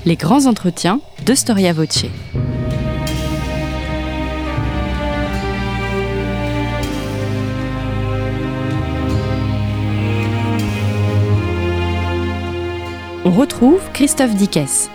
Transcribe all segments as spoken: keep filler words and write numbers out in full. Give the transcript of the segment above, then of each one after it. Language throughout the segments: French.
Les grands entretiens de Storia Voce. On retrouve Christophe Dickès.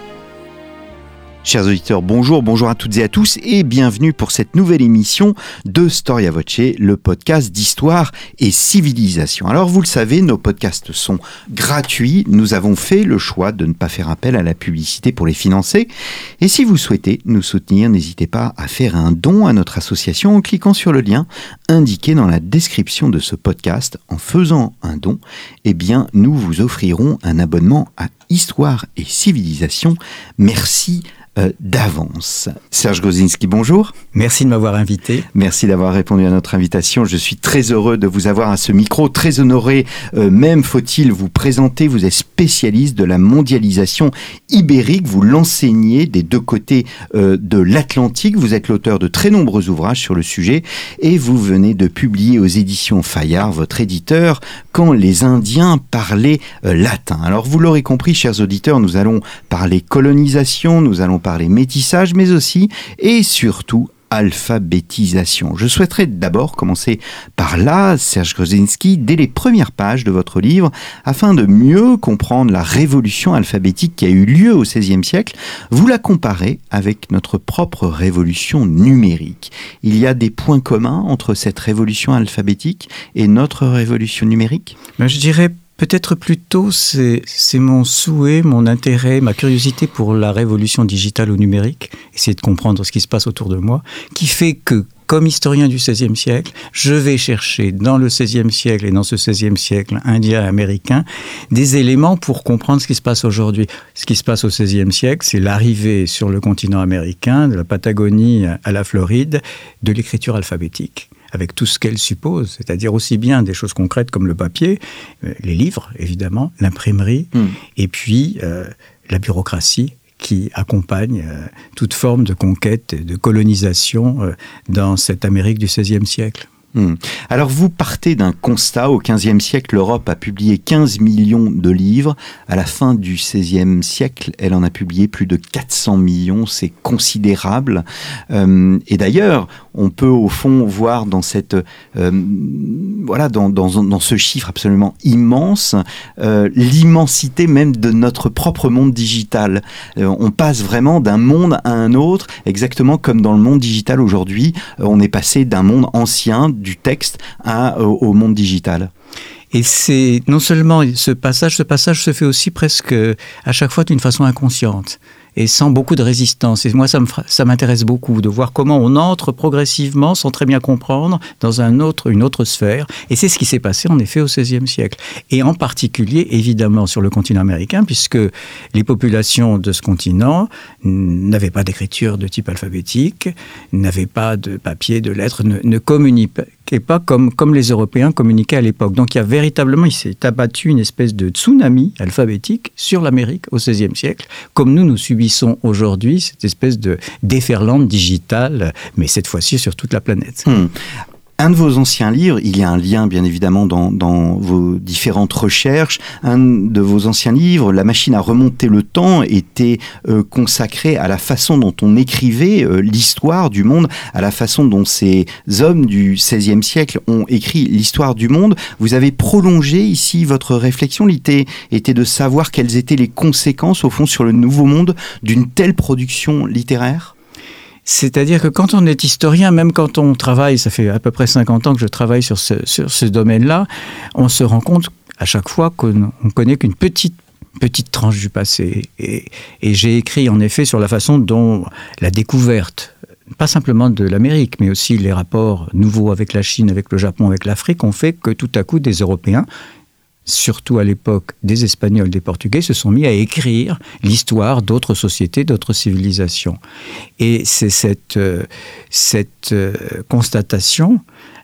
Chers auditeurs, bonjour, bonjour à toutes et à tous et bienvenue pour cette nouvelle émission de Storia Voce, le podcast d'histoire et civilisation. Alors vous le savez, nos podcasts sont gratuits, nous avons fait le choix de ne pas faire appel à la publicité pour les financer. Et si vous souhaitez nous soutenir, n'hésitez pas à faire un don à notre association en cliquant sur le lien indiqué dans la description de ce podcast. En faisant un don, eh bien nous vous offrirons un abonnement à Histoire et Civilisation. Merci Euh, d'avance. Serge Grozinski, bonjour. Merci de m'avoir invité. Merci d'avoir répondu à notre invitation. Je suis très heureux de vous avoir à ce micro, très honoré. Euh, même faut-il vous présenter. Vous êtes spécialiste de la mondialisation ibérique. Vous l'enseignez des deux côtés euh, de l'Atlantique. Vous êtes l'auteur de très nombreux ouvrages sur le sujet et vous venez de publier aux éditions Fayard, votre éditeur, Quand les Indiens parlaient euh, latin. Alors vous l'aurez compris, chers auditeurs, nous allons parler colonisation, nous allons parler métissage, mais aussi et surtout alphabétisation. Je souhaiterais d'abord commencer par là, Serge Grozinski, dès les premières pages de votre livre, afin de mieux comprendre la révolution alphabétique qui a eu lieu au seizième siècle, vous la comparez avec notre propre révolution numérique. Il y a des points communs entre cette révolution alphabétique et notre révolution numérique ? Ben, je dirais peut-être plutôt, c'est, c'est mon souhait, mon intérêt, ma curiosité pour la révolution digitale ou numérique, essayer de comprendre ce qui se passe autour de moi, qui fait que, comme historien du seizième siècle, je vais chercher dans le seizième siècle et dans ce seizième siècle indien et américain des éléments pour comprendre ce qui se passe aujourd'hui. Ce qui se passe au seizième siècle, c'est l'arrivée sur le continent américain, de la Patagonie à la Floride, de l'écriture alphabétique, avec tout ce qu'elle suppose, c'est-à-dire aussi bien des choses concrètes comme le papier, euh, les livres, évidemment, l'imprimerie, mmh. et puis euh, la bureaucratie qui accompagne euh, toute forme de conquête et de colonisation euh, dans cette Amérique du seizième siècle. Hum. Alors vous partez d'un constat. Au quinzième siècle, l'Europe a publié quinze millions de livres. À la fin du seizième siècle, elle en a publié plus de quatre cents millions. C'est considérable. Euh, et d'ailleurs, on peut au fond voir dans cette, euh, voilà, dans, dans, dans ce chiffre absolument immense, euh, l'immensité même de notre propre monde digital. Euh, on passe vraiment d'un monde à un autre, exactement comme dans le monde digital aujourd'hui. Euh, on est passé d'un monde ancien, du texte à, au, au monde digital. Et c'est non seulement ce passage, ce passage se fait aussi presque à chaque fois d'une façon inconsciente et sans beaucoup de résistance. Et moi, ça, me, ça m'intéresse beaucoup de voir comment on entre progressivement, sans très bien comprendre, dans un autre, une autre sphère. Et c'est ce qui s'est passé, en effet, au seizième siècle. Et en particulier, évidemment, sur le continent américain, puisque les populations de ce continent n'avaient pas d'écriture de type alphabétique, n'avaient pas de papier, de lettres, ne, ne communiquaient pas comme, comme les Européens communiquaient à l'époque. Donc, il y a véritablement, il s'est abattu une espèce de tsunami alphabétique sur l'Amérique au seizième siècle, comme nous, nous subissons aujourd'hui cette espèce de déferlante digitale, mais cette fois-ci sur toute la planète. Mmh. Un de vos anciens livres, il y a un lien bien évidemment dans, dans vos différentes recherches, un de vos anciens livres, La machine à remonter le temps, était euh, consacré à la façon dont on écrivait euh, l'histoire du monde, à la façon dont ces hommes du seizième siècle ont écrit l'histoire du monde. Vous avez prolongé ici votre réflexion, l'idée était de savoir quelles étaient les conséquences au fond sur le nouveau monde d'une telle production littéraire ? C'est-à-dire que quand on est historien, même quand on travaille, ça fait à peu près cinquante ans que je travaille sur ce, sur ce domaine-là, on se rend compte à chaque fois qu'on ne connaît qu'une petite, petite tranche du passé. Et, et j'ai écrit en effet sur la façon dont la découverte, pas simplement de l'Amérique, mais aussi les rapports nouveaux avec la Chine, avec le Japon, avec l'Afrique, ont fait que tout à coup des Européens, surtout à l'époque des Espagnols, des Portugais, se sont mis à écrire l'histoire d'autres sociétés, d'autres civilisations. Et c'est cette, euh, cette euh, constatation,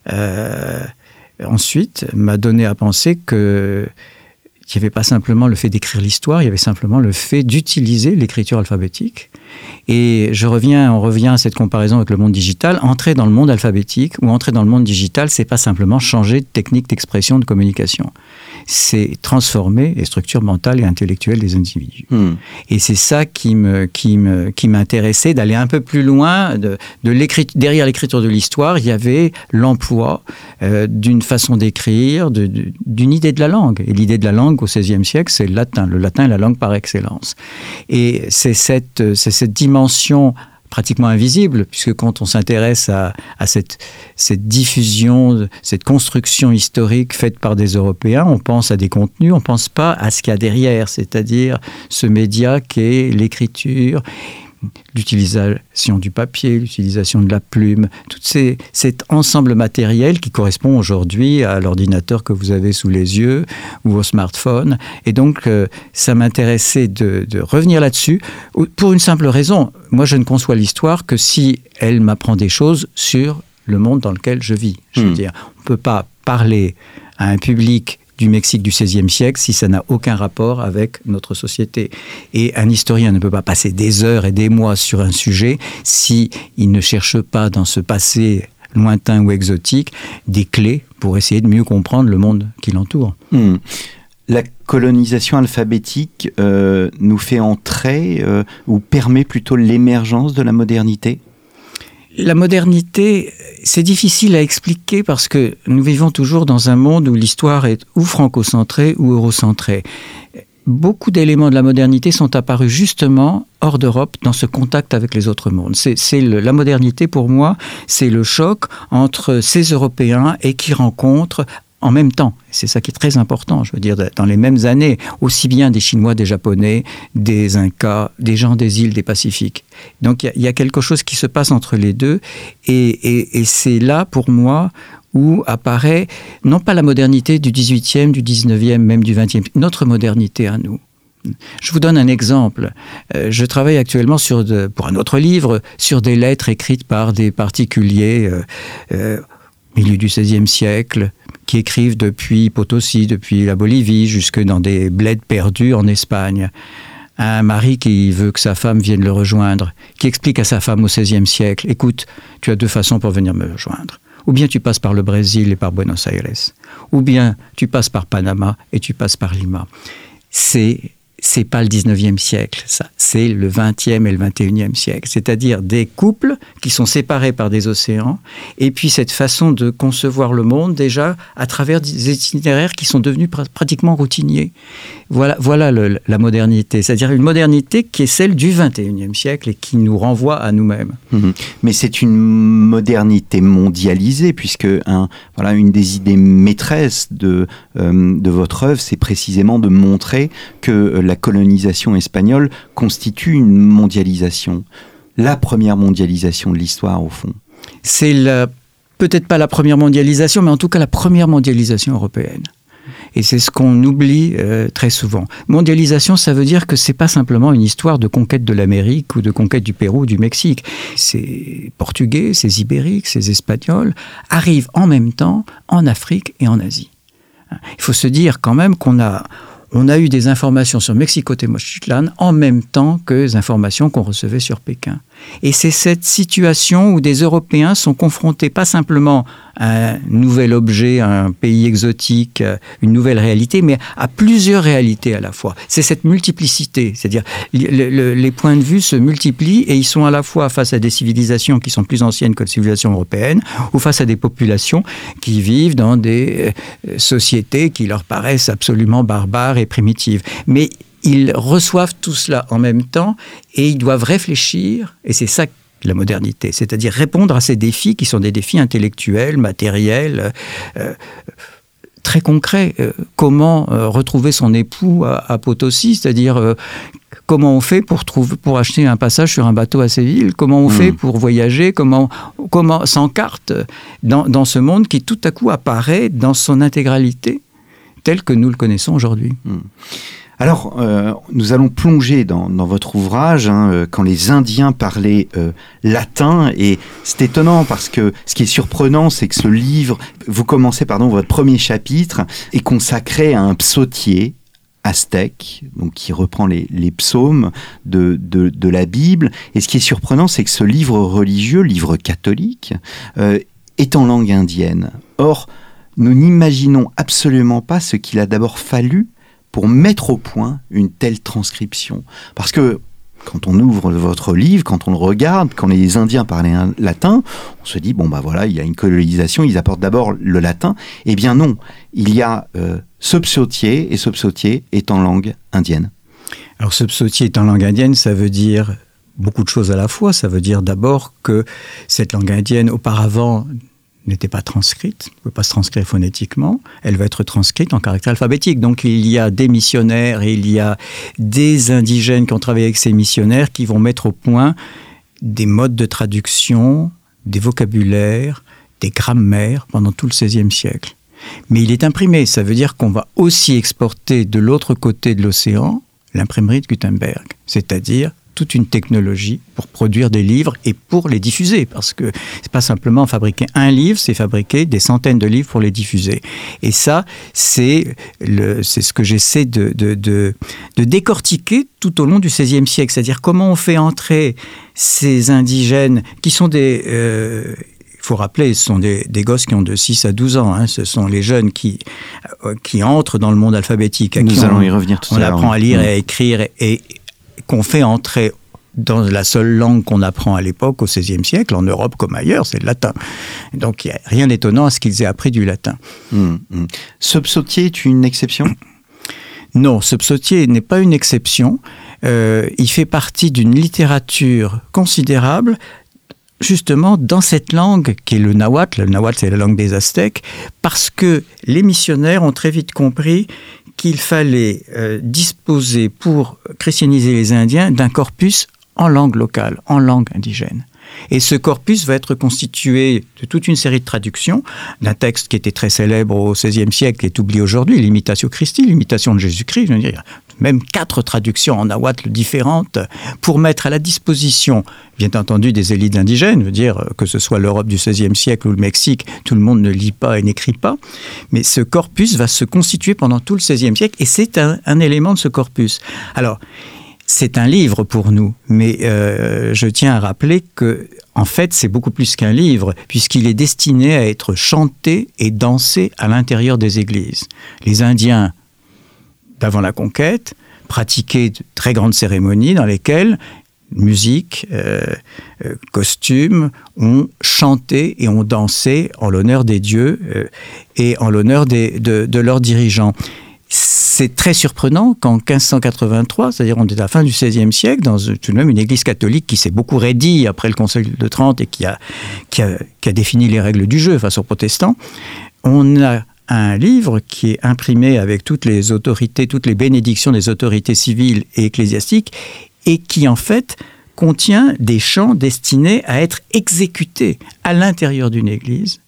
euh, ensuite, m'a donné à penser que qu'il n'y avait pas simplement le fait d'écrire l'histoire, il y avait simplement le fait d'utiliser l'écriture alphabétique. Et je reviens, on revient à cette comparaison avec le monde digital. Entrer dans le monde alphabétique ou entrer dans le monde digital, c'est pas simplement changer de technique d'expression, de communication. c'est transformer les structures mentales et intellectuelles des individus. Mmh. Et c'est ça qui me, qui me, qui m'intéressait, d'aller un peu plus loin. De, de l'écriture, derrière l'écriture de l'histoire, il y avait l'emploi euh, d'une façon d'écrire, de, de, d'une idée de la langue. Et l'idée de la langue au seizième siècle, c'est le latin. Le latin est la langue par excellence. Et c'est cette, c'est cette dimension pratiquement invisible, puisque quand on s'intéresse à, à cette, cette diffusion, cette construction historique faite par des Européens, on pense à des contenus, on ne pense pas à ce qu'il y a derrière, c'est-à-dire ce média qu'est l'écriture, l'utilisation du papier, l'utilisation de la plume, tout ces, cet ensemble matériel qui correspond aujourd'hui à l'ordinateur que vous avez sous les yeux ou au smartphone. Et donc, euh, ça m'intéressait de, de revenir là-dessus pour une simple raison. Moi, je ne conçois l'histoire que si elle m'apprend des choses sur le monde dans lequel je vis. Je veux mmh. dire, on ne peut pas parler à un public du Mexique du seizième siècle si ça n'a aucun rapport avec notre société. Et un historien ne peut pas passer des heures et des mois sur un sujet si il ne cherche pas dans ce passé lointain ou exotique des clés pour essayer de mieux comprendre le monde qui l'entoure. Mmh. La colonisation alphabétique euh, nous fait entrer euh, ou permet plutôt l'émergence de la modernité ? La modernité, c'est difficile à expliquer parce que nous vivons toujours dans un monde où l'histoire est ou franco-centrée ou eurocentrée. Beaucoup d'éléments de la modernité sont apparus justement hors d'Europe, dans ce contact avec les autres mondes. C'est, c'est le, la modernité, pour moi, c'est le choc entre ces Européens et qui rencontrent en même temps. C'est ça qui est très important, je veux dire, dans les mêmes années, aussi bien des Chinois, des Japonais, des Incas, des gens des îles, des Pacifiques. Donc il y, y a quelque chose qui se passe entre les deux, et, et, et c'est là, pour moi, où apparaît, non pas la modernité du dix-huitième, du dix-neuvième, même du vingtième, notre modernité à nous. Je vous donne un exemple. Euh, je travaille actuellement sur de, pour un autre livre sur des lettres écrites par des particuliers euh, euh, au milieu du seizième siècle, qui écrivent depuis Potosi, depuis la Bolivie, jusque dans des bleds perdus en Espagne. Un mari qui veut que sa femme vienne le rejoindre, qui explique à sa femme au seizième siècle, « Écoute, tu as deux façons pour venir me rejoindre. Ou bien tu passes par le Brésil et par Buenos Aires, ou bien tu passes par Panama et tu passes par Lima. » C'est... c'est pas le dix-neuvième siècle, ça. C'est le vingtième et le vingt et unième siècle. C'est-à-dire des couples qui sont séparés par des océans, et puis cette façon de concevoir le monde, déjà, à travers des itinéraires qui sont devenus pr- pratiquement routiniers. Voilà, voilà le, la modernité. C'est-à-dire une modernité qui est celle du vingt et unième siècle et qui nous renvoie à nous-mêmes. Mmh. Mais c'est une modernité mondialisée, puisque un, voilà, une des idées maîtresses de, euh, de votre œuvre, c'est précisément de montrer que euh, la colonisation espagnole constitue une mondialisation. La première mondialisation de l'histoire, au fond. C'est la, peut-être pas la première mondialisation, mais en tout cas la première mondialisation européenne. Et c'est ce qu'on oublie euh, très souvent. Mondialisation, ça veut dire que c'est pas simplement une histoire de conquête de l'Amérique ou de conquête du Pérou ou du Mexique. Ces Portugais, ces Ibériques, ces Espagnols arrivent en même temps en Afrique et en Asie. Il faut se dire quand même qu'on a... On a eu des informations sur Mexico-Tenochtitlan en même temps que les informations qu'on recevait sur Pékin. Et c'est cette situation où des Européens sont confrontés pas simplement à un nouvel objet, à un pays exotique, une nouvelle réalité, mais à plusieurs réalités à la fois. C'est cette multiplicité, c'est-à-dire le, le, les points de vue se multiplient et ils sont à la fois face à des civilisations qui sont plus anciennes que la civilisation européenne ou face à des populations qui vivent dans des sociétés qui leur paraissent absolument barbares et primitives. Mais ils reçoivent tout cela en même temps et ils doivent réfléchir, et c'est ça la modernité, c'est-à-dire répondre à ces défis qui sont des défis intellectuels, matériels, euh, très concrets. Euh, comment euh, retrouver son époux à, à Potosi, c'est-à-dire euh, comment on fait pour, trouver, pour acheter un passage sur un bateau à Séville, comment on mmh. fait pour voyager, comment, comment sans carte dans, dans ce monde qui tout à coup apparaît dans son intégralité tel que nous le connaissons aujourd'hui. Mmh. Alors, euh, nous allons plonger dans, dans votre ouvrage hein, euh, quand les Indiens parlaient euh, latin, et c'est étonnant parce que ce qui est surprenant, c'est que ce livre, vous commencez, pardon, votre premier chapitre est consacré à un psautier aztèque, donc qui reprend les, les psaumes de, de, de la Bible, et ce qui est surprenant, c'est que ce livre religieux, livre catholique, euh, est en langue indienne. Or, nous n'imaginons absolument pas ce qu'il a d'abord fallu pour mettre au point une telle transcription. Parce que quand on ouvre votre livre, quand on le regarde, quand les Indiens parlaient un latin, on se dit, bon bah voilà, il y a une colonisation, ils apportent d'abord le latin. Eh bien non, il y a euh, ce psautier, et ce psautier est en langue indienne. Alors ce psautier est en langue indienne, ça veut dire beaucoup de choses à la fois. Ça veut dire d'abord que cette langue indienne, auparavant, n'était pas transcrite, ne peut pas se transcrire phonétiquement, elle va être transcrite en caractère alphabétique. Donc il y a des missionnaires, et il y a des indigènes qui ont travaillé avec ces missionnaires qui vont mettre au point des modes de traduction, des vocabulaires, des grammaires pendant tout le seizième siècle. Mais il est imprimé, ça veut dire qu'on va aussi exporter de l'autre côté de l'océan l'imprimerie de Gutenberg, c'est-à-dire toute une technologie pour produire des livres et pour les diffuser, parce que c'est pas simplement fabriquer un livre, c'est fabriquer des centaines de livres pour les diffuser. Et ça, c'est, le, c'est ce que j'essaie de, de, de, de décortiquer tout au long du seizième siècle, c'est-à-dire comment on fait entrer ces indigènes qui sont des... Euh, il faut rappeler, ce sont des, des gosses qui ont de six à douze ans. Hein. Ce sont les jeunes qui, euh, qui entrent dans le monde alphabétique. À Nous qui allons on, y revenir tout à l'heure. On apprend à lire mmh. et à écrire et, et qu'on fait entrer dans la seule langue qu'on apprend à l'époque, au seizième siècle, en Europe comme ailleurs, c'est le latin. Donc il n'y a rien d'étonnant à ce qu'ils aient appris du latin. Mmh, mmh. Ce psautier est une exception ? Non, ce psautier n'est pas une exception. Euh, il fait partie d'une littérature considérable, justement dans cette langue qui est le nahuatl. Le nahuatl, c'est la langue des Aztèques, parce que les missionnaires ont très vite compris qu'il fallait euh, disposer pour christianiser les Indiens d'un corpus en langue locale, en langue indigène. Et ce corpus va être constitué de toute une série de traductions d'un texte qui était très célèbre au seizième siècle, qui est oublié aujourd'hui, l'Imitatio Christi, l'imitation de Jésus-Christ. Je veux dire, même quatre traductions en nahuatl différentes pour mettre à la disposition, bien entendu, des élites indigènes. Je veux dire, que ce soit l'Europe du seizième siècle ou le Mexique, tout le monde ne lit pas et n'écrit pas. Mais ce corpus va se constituer pendant tout le seizième siècle et c'est un, un élément de ce corpus. Alors, c'est un livre pour nous, mais euh, je tiens à rappeler que, en fait, c'est beaucoup plus qu'un livre, puisqu'il est destiné à être chanté et dansé à l'intérieur des églises. Les Indiens, d'avant la conquête, pratiquaient de très grandes cérémonies dans lesquelles musique, euh, euh, costumes, ont chanté et ont dansé en l'honneur des dieux euh, et en l'honneur des, de, de leurs dirigeants. C'est très surprenant qu'en quinze cent quatre-vingt-trois, c'est-à-dire on est à la fin du seizième siècle, dans tout de même une église catholique qui s'est beaucoup raidie après le Concile de Trente et qui a, qui a, qui a défini les règles du jeu face aux protestants, on a un livre qui est imprimé avec toutes les autorités, toutes les bénédictions des autorités civiles et ecclésiastiques et qui en fait contient des chants destinés à être exécutés à l'intérieur d'une église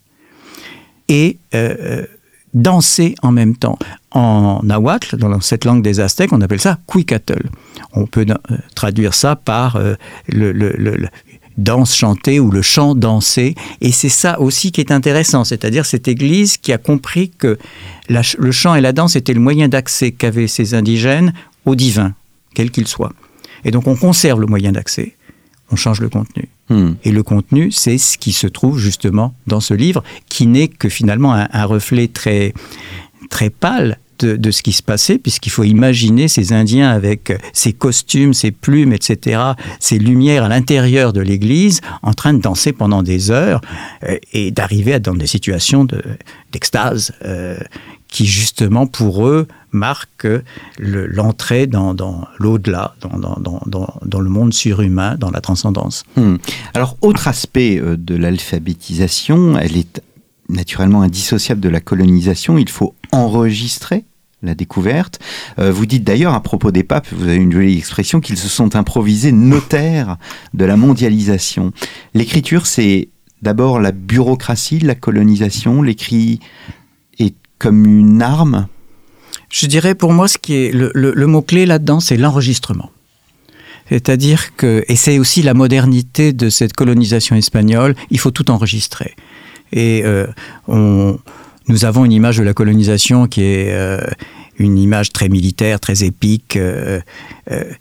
et euh, danser en même temps. En nahuatl, dans cette langue des Aztèques, on appelle ça cuicatl. On peut euh, traduire ça par euh, le, le, le, le danse chantée ou le chant dansé. Et c'est ça aussi qui est intéressant, c'est-à-dire cette église qui a compris que la, le chant et la danse étaient le moyen d'accès qu'avaient ces indigènes au divin, quel qu'il soit. Et donc on conserve le moyen d'accès, on change le contenu. Hmm. Et le contenu, c'est ce qui se trouve justement dans ce livre, qui n'est que finalement un, un reflet très, très pâle de, de ce qui se passait, puisqu'il faut imaginer ces Indiens avec ces costumes, ces plumes, et cetera, ces lumières à l'intérieur de l'église, en train de danser pendant des heures euh, et d'arriver à, dans des situations de, d'extase euh, qui justement pour eux marquent le, l'entrée dans, dans l'au-delà, dans, dans, dans, dans le monde surhumain, dans la transcendance. Hum. Alors, autre aspect de l'alphabétisation, elle est naturellement indissociable de la colonisation, il faut enregistrer la découverte. Euh, vous dites d'ailleurs, à propos des papes, vous avez une jolie expression, qu'ils se sont improvisés notaires de la mondialisation. L'écriture, c'est d'abord la bureaucratie de la colonisation, l'écrit est comme une arme. Je dirais pour moi, ce qui est le, le, le mot-clé là-dedans, c'est l'enregistrement. C'est-à-dire que, et c'est aussi la modernité de cette colonisation espagnole, il faut tout enregistrer. Et euh, on, nous avons une image de la colonisation qui est euh, une image très militaire, très épique. Euh, euh,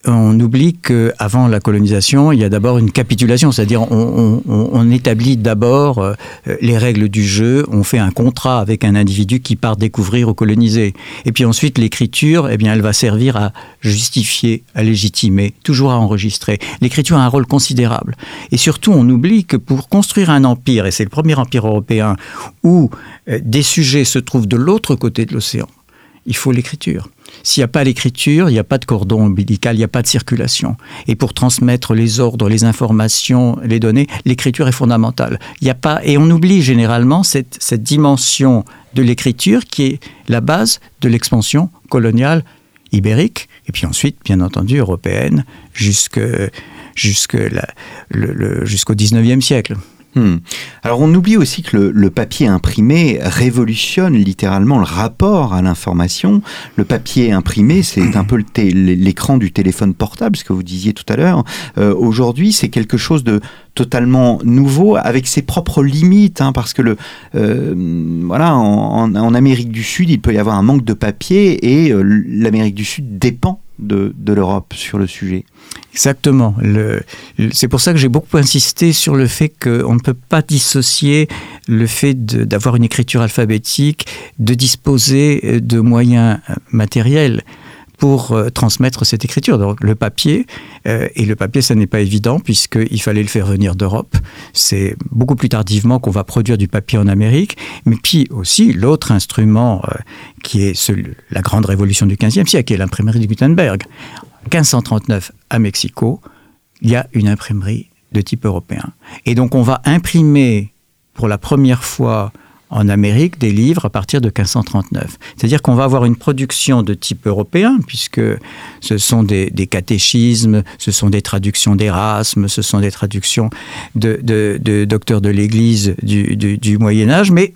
on oublie qu'avant la colonisation, il y a d'abord une capitulation, c'est-à-dire on, on, on établit d'abord euh, les règles du jeu, on fait un contrat avec un individu qui part découvrir ou coloniser. Et puis ensuite, l'écriture, eh bien, elle va servir à justifier, à légitimer, toujours à enregistrer. L'écriture a un rôle considérable. Et surtout, on oublie que pour construire un empire, et c'est le premier empire européen où euh, des sujets se trouvent de l'autre côté de l'océan, il faut l'écriture. S'il n'y a pas l'écriture, il n'y a pas de cordon ombilical, il n'y a pas de circulation. Et pour transmettre les ordres, les informations, les données, l'écriture est fondamentale. Il n'y a pas, et on oublie généralement cette, cette dimension de l'écriture qui est la base de l'expansion coloniale ibérique, et puis ensuite, bien entendu, européenne, jusque, jusque la, le, le, jusqu'au dix-neuvième siècle. Hmm. Alors on oublie aussi que le, le papier imprimé révolutionne littéralement le rapport à l'information. Le papier imprimé, c'est un peu le té- l'écran du téléphone portable, ce que vous disiez tout à l'heure. Euh, aujourd'hui, c'est quelque chose de totalement nouveau, avec ses propres limites, hein, parce que le, euh, voilà, en, en Amérique du Sud, il peut y avoir un manque de papier, et euh, l'Amérique du Sud dépend de, de l'Europe sur le sujet. Exactement. Le, le, c'est pour ça que j'ai beaucoup insisté sur le fait qu'on ne peut pas dissocier le fait de, d'avoir une écriture alphabétique, de disposer de moyens matériels pour euh, transmettre cette écriture. Donc le papier, euh, et le papier, ça n'est pas évident puisqu'il fallait le faire venir d'Europe. C'est beaucoup plus tardivement qu'on va produire du papier en Amérique. Mais puis aussi, l'autre instrument euh, qui est celui, la grande révolution du quinzième siècle, qui est l'imprimerie de Gutenberg. quinze cent trente-neuf, à Mexico, il y a une imprimerie de type européen. Et donc on va imprimer pour la première fois en Amérique des livres à partir de quinze cent trente-neuf. C'est-à-dire qu'on va avoir une production de type européen, puisque ce sont des, des catéchismes, ce sont des traductions d'Érasme, ce sont des traductions de, de, de docteurs de l'Église du, du, du Moyen-Âge, mais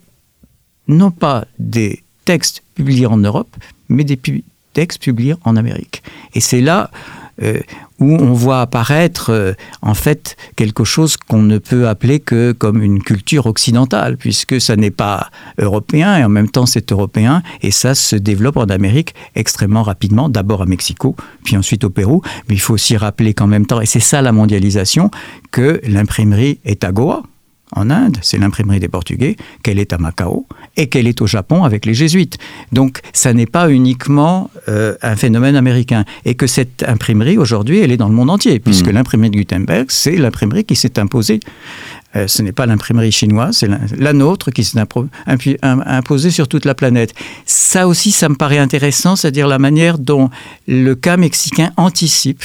non pas des textes publiés en Europe, mais des pu- textes publiés en Amérique. Et c'est là euh, où on voit apparaître euh, en fait quelque chose qu'on ne peut appeler que comme une culture occidentale, puisque ça n'est pas européen et en même temps c'est européen, et ça se développe en Amérique extrêmement rapidement, d'abord à Mexico, puis ensuite au Pérou. Mais il faut aussi rappeler qu'en même temps, et c'est ça la mondialisation, que l'imprimerie est à Goa, en Inde, c'est l'imprimerie des Portugais, qu'elle est à Macao et qu'elle est au Japon avec les Jésuites. Donc, ça n'est pas uniquement euh, un phénomène américain. Et que cette imprimerie, aujourd'hui, elle est dans le monde entier, puisque mmh. l'imprimerie de Gutenberg, c'est l'imprimerie qui s'est imposée. Euh, ce n'est pas l'imprimerie chinoise, c'est la, la nôtre qui s'est impro- impu- imposée sur toute la planète. Ça aussi, ça me paraît intéressant, c'est-à-dire la manière dont le cas mexicain anticipe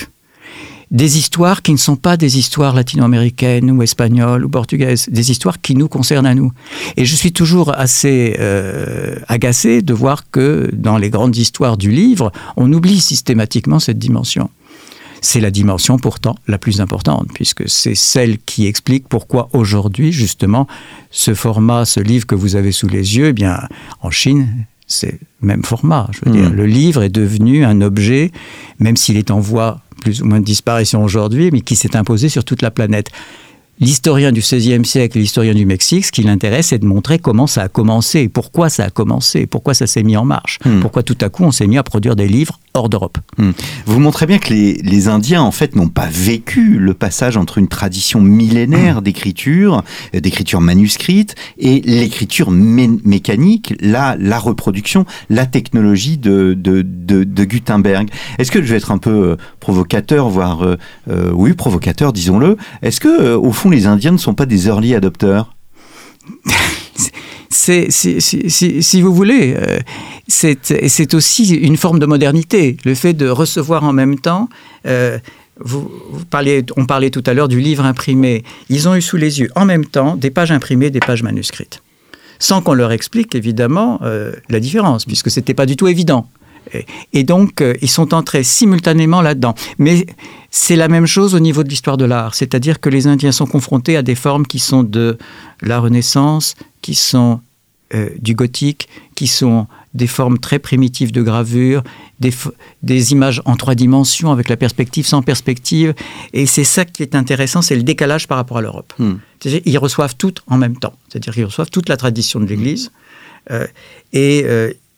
des histoires qui ne sont pas des histoires latino-américaines ou espagnoles ou portugaises, des histoires qui nous concernent à nous. Et je suis toujours assez euh, agacé de voir que dans les grandes histoires du livre, on oublie systématiquement cette dimension. C'est la dimension pourtant la plus importante, puisque c'est celle qui explique pourquoi aujourd'hui, justement, ce format, ce livre que vous avez sous les yeux, eh bien, en Chine, c'est le même format. Je veux mmh. dire, le livre est devenu un objet, même s'il est en voie plus ou moins de disparition aujourd'hui, mais qui s'est imposé sur toute la planète. L'historien du seizième siècle et l'historien du Mexique, ce qui l'intéresse, c'est de montrer comment ça a commencé, pourquoi ça a commencé, pourquoi ça s'est mis en marche, mmh. pourquoi tout à coup on s'est mis à produire des livres hors d'Europe. Mmh. Vous montrez bien que les, les Indiens, en fait, n'ont pas vécu le passage entre une tradition millénaire mmh. d'écriture, euh, d'écriture manuscrite, et l'écriture mé- mécanique, la, la reproduction, la technologie de, de, de, de Gutenberg. Est-ce que je vais être un peu euh, provocateur, voire, euh, euh, oui, provocateur, disons-le, est-ce que, euh, au fond, les Indiens ne sont pas des early adopteurs? C'est, c'est, c'est, c'est, si vous voulez, euh, c'est, c'est aussi une forme de modernité, le fait de recevoir en même temps. Euh, vous, vous parliez, on parlait tout à l'heure du livre imprimé. Ils ont eu sous les yeux en même temps des pages imprimées, des pages manuscrites, sans qu'on leur explique évidemment euh, la différence, puisque c'était pas du tout évident. Et, et donc, euh, ils sont entrés simultanément là-dedans. Mais c'est la même chose au niveau de l'histoire de l'art, c'est-à-dire que les Indiens sont confrontés à des formes qui sont de la Renaissance, qui sont euh, du gothique, qui sont des formes très primitives de gravure, des, des images en trois dimensions avec la perspective sans perspective. Et c'est ça qui est intéressant, c'est le décalage par rapport à l'Europe. Hmm. C'est-à-dire qu'ils reçoivent tout en même temps. C'est-à-dire qu'ils reçoivent toute la tradition de l'Église. Euh, et euh,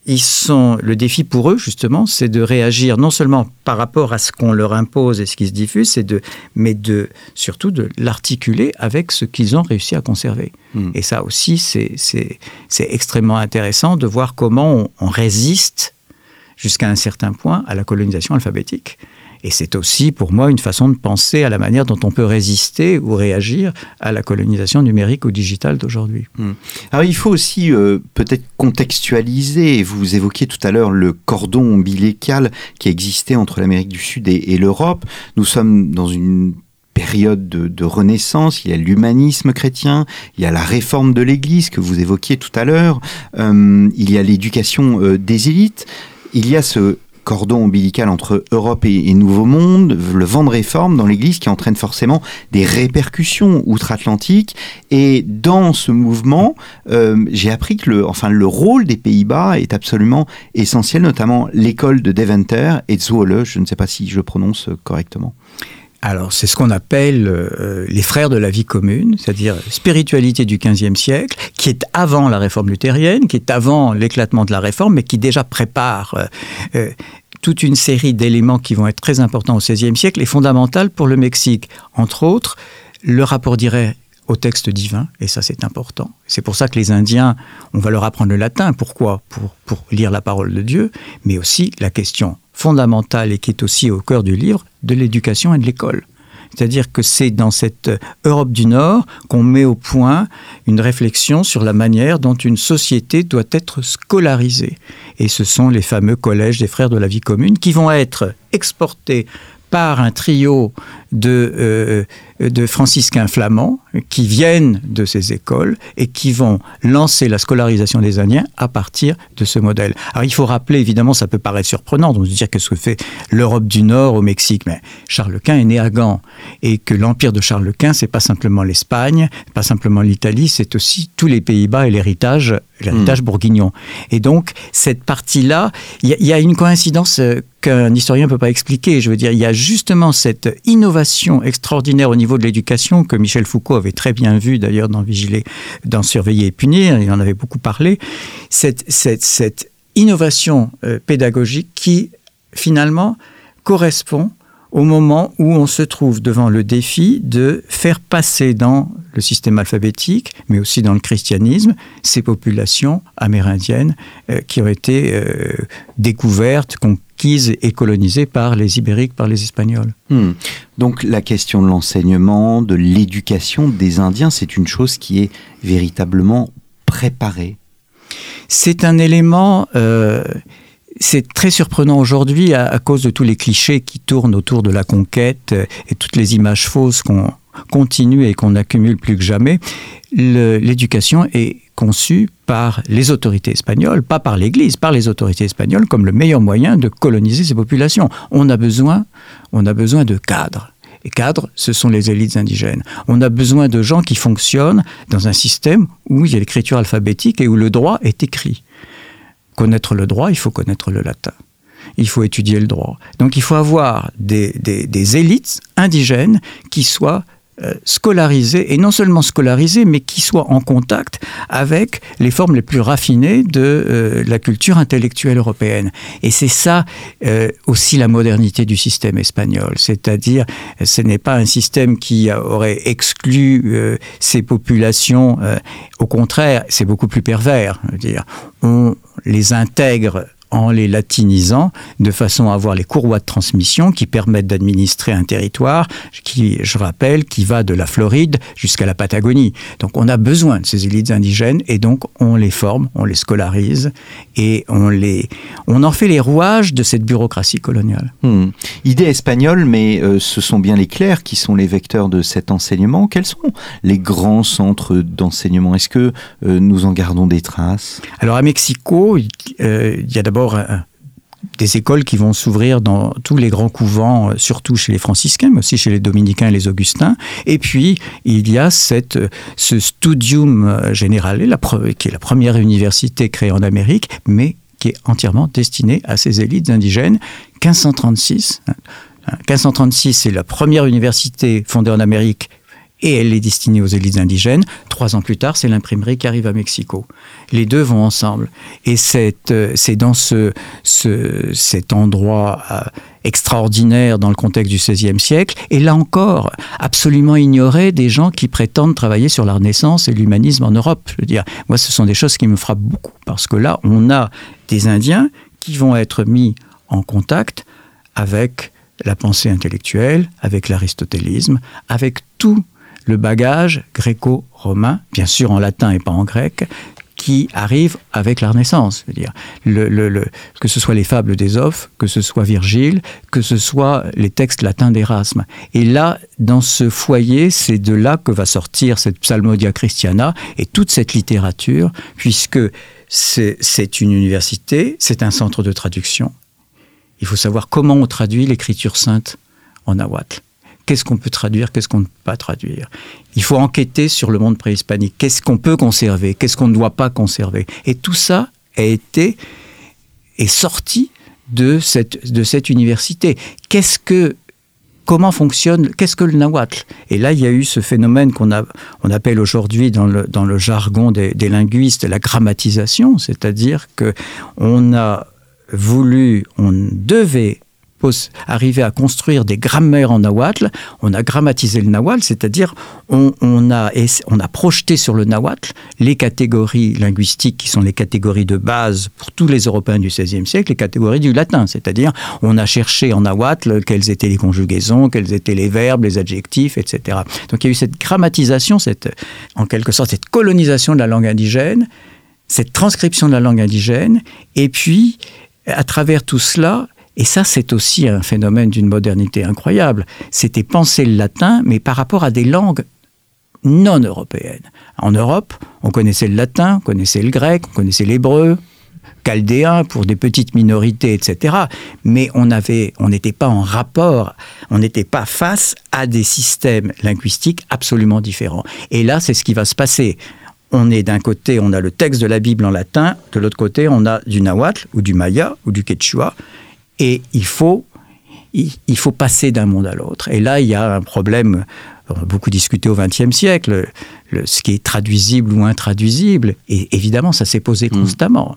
ils sont, le défi pour eux, justement, c'est de réagir non seulement par rapport à ce qu'on leur impose et ce qui se diffuse, c'est de, mais de, surtout de l'articuler avec ce qu'ils ont réussi à conserver. Mmh. Et ça aussi, c'est, c'est, c'est extrêmement intéressant de voir comment on, on résiste jusqu'à un certain point à la colonisation alphabétique. Et c'est aussi, pour moi, une façon de penser à la manière dont on peut résister ou réagir à la colonisation numérique ou digitale d'aujourd'hui. Mmh. Alors, il faut aussi euh, peut-être contextualiser. Vous évoquiez tout à l'heure le cordon ombilical qui existait entre l'Amérique du Sud et, et l'Europe. Nous sommes dans une période de, de renaissance. Il y a l'humanisme chrétien, il y a la réforme de l'Église que vous évoquiez tout à l'heure, euh, il y a l'éducation euh, des élites, il y a ce cordon ombilical entre Europe et, et Nouveau Monde, le vent de réforme dans l'Église qui entraîne forcément des répercussions outre-Atlantique. Et dans ce mouvement, euh, j'ai appris que le, enfin, le rôle des Pays-Bas est absolument essentiel, notamment l'école de Deventer et de Zwolle, je ne sais pas si je prononce correctement. Alors, c'est ce qu'on appelle euh, les frères de la vie commune, c'est-à-dire spiritualité du quinzième siècle, qui est avant la réforme luthérienne, qui est avant l'éclatement de la réforme, mais qui déjà prépare euh, euh, toute une série d'éléments qui vont être très importants au seizième siècle et fondamentaux pour le Mexique. Entre autres, le rapport direct au texte divin, et ça c'est important. C'est pour ça que les Indiens, on va leur apprendre le latin. Pourquoi ? Pour, pour lire la parole de Dieu, mais aussi la question fondamentale et qui est aussi au cœur du livre, de l'éducation et de l'école. C'est-à-dire que c'est dans cette Europe du Nord qu'on met au point une réflexion sur la manière dont une société doit être scolarisée. Et ce sont les fameux collèges des frères de la vie commune qui vont être exportés par un trio de, euh, de franciscains flamands qui viennent de ces écoles et qui vont lancer la scolarisation des Indiens à partir de ce modèle. Alors il faut rappeler, évidemment, ça peut paraître surprenant de se dire qu'est-ce que fait l'Europe du Nord au Mexique, mais Charles Quint est né à Gand et que l'empire de Charles Quint, c'est pas simplement l'Espagne, pas simplement l'Italie, c'est aussi tous les Pays-Bas et l'héritage, l'héritage mmh. bourguignon. Et donc cette partie-là, il y, y a une coïncidence qu'un historien ne peut pas expliquer. Je veux dire, il y a justement cette innovation extraordinaire au niveau de l'éducation que Michel Foucault avait très bien vu d'ailleurs dans Vigiler, dans Surveiller et punir, il en avait beaucoup parlé, cette, cette, cette innovation euh, pédagogique qui finalement correspond au moment où on se trouve devant le défi de faire passer dans le système alphabétique, mais aussi dans le christianisme, ces populations amérindiennes euh, qui ont été euh, découvertes, conquises et colonisées par les Ibériques, par les Espagnols. Hmm. Donc la question de l'enseignement, de l'éducation des Indiens, c'est une chose qui est véritablement préparée. C'est un élément... Euh, C'est très surprenant aujourd'hui à, à cause de tous les clichés qui tournent autour de la conquête et toutes les images fausses qu'on continue et qu'on accumule plus que jamais. Le, l'éducation est conçue par les autorités espagnoles, pas par l'Église, par les autorités espagnoles comme le meilleur moyen de coloniser ces populations. On a besoin, on a besoin de cadres. Les cadres, ce sont les élites indigènes. On a besoin de gens qui fonctionnent dans un système où il y a l'écriture alphabétique et où le droit est écrit. Connaître le droit, il faut connaître le latin. Il faut étudier le droit. Donc il faut avoir des, des, des élites indigènes qui soient euh, scolarisées, et non seulement scolarisées, mais qui soient en contact avec les formes les plus raffinées de euh, la culture intellectuelle européenne. Et c'est ça euh, aussi la modernité du système espagnol. C'est-à-dire, ce n'est pas un système qui aurait exclu euh, ces populations. Euh, au contraire, c'est beaucoup plus pervers. Je veux dire, on les intègre en les latinisant, de façon à avoir les courroies de transmission qui permettent d'administrer un territoire qui, je rappelle, qui va de la Floride jusqu'à la Patagonie. Donc on a besoin de ces élites indigènes et donc on les forme, on les scolarise et on, les, on en fait les rouages de cette bureaucratie coloniale. Hmm. Idée espagnole, mais euh, ce sont bien les clercs qui sont les vecteurs de cet enseignement. Quels sont les grands centres d'enseignement ? Est-ce que euh, nous en gardons des traces ? Alors à Mexico, il euh, y a d'abord des écoles qui vont s'ouvrir dans tous les grands couvents, surtout chez les franciscains, mais aussi chez les dominicains et les augustins. Et puis, il y a cette, ce Studium Generale, la, qui est la première université créée en Amérique, mais qui est entièrement destinée à ces élites indigènes. quinze cent trente-six, quinze cent trente-six, c'est la première université fondée en Amérique et elle est destinée aux élites indigènes. Trois ans plus tard, c'est l'imprimerie qui arrive à Mexico. Les deux vont ensemble. Et c'est, c'est dans ce, ce, cet endroit euh, extraordinaire dans le contexte du seizième siècle, et là encore, absolument ignoré des gens qui prétendent travailler sur la Renaissance et l'humanisme en Europe. Je veux dire, moi, ce sont des choses qui me frappent beaucoup, parce que là, on a des Indiens qui vont être mis en contact avec la pensée intellectuelle, avec l'aristotélisme, avec tout le bagage gréco-romain, bien sûr en latin et pas en grec, qui arrive avec la Renaissance. Je veux dire, le, le, le, que ce soit les fables d'Ésope, que ce soit Virgile, que ce soit les textes latins d'Érasme. Et là, dans ce foyer, c'est de là que va sortir cette Psalmodia Christiana et toute cette littérature, puisque c'est, c'est une université, c'est un centre de traduction. Il faut savoir comment on traduit l'écriture sainte en nahuatl. Qu'est-ce qu'on peut traduire, qu'est-ce qu'on ne peut pas traduire. Il faut enquêter sur le monde préhispanique. Qu'est-ce qu'on peut conserver, qu'est-ce qu'on ne doit pas conserver. Et tout ça a été, est sorti de cette, de cette université. Qu'est-ce que, comment fonctionne, qu'est-ce que le nahuatl ? Et là, il y a eu ce phénomène qu'on a, on appelle aujourd'hui dans le, dans le jargon des, des linguistes la grammatisation, c'est-à-dire qu'on a voulu, on devait arriver à construire des grammaires en nahuatl. On a grammatisé le nahuatl, c'est-à-dire on, on, a, on a projeté sur le nahuatl les catégories linguistiques qui sont les catégories de base pour tous les Européens du seizième siècle, les catégories du latin, c'est-à-dire on a cherché en nahuatl quelles étaient les conjugaisons, quels étaient les verbes, les adjectifs, et cetera. Donc il y a eu cette grammatisation, cette, en quelque sorte cette colonisation de la langue indigène, cette transcription de la langue indigène, et puis à travers tout cela, et ça, c'est aussi un phénomène d'une modernité incroyable. C'était penser le latin, mais par rapport à des langues non européennes. En Europe, on connaissait le latin, on connaissait le grec, on connaissait l'hébreu, chaldéen pour des petites minorités, et cetera. Mais on avait, on n'était pas en rapport, on n'était pas face à des systèmes linguistiques absolument différents. Et là, c'est ce qui va se passer. On est d'un côté, on a le texte de la Bible en latin, de l'autre côté, on a du nahuatl, ou du maya, ou du quechua. Et il faut, il, il faut passer d'un monde à l'autre. Et là, il y a un problème, on a beaucoup discuté au vingtième siècle, le, ce qui est traduisible ou intraduisible. Et évidemment, ça s'est posé mmh. constamment.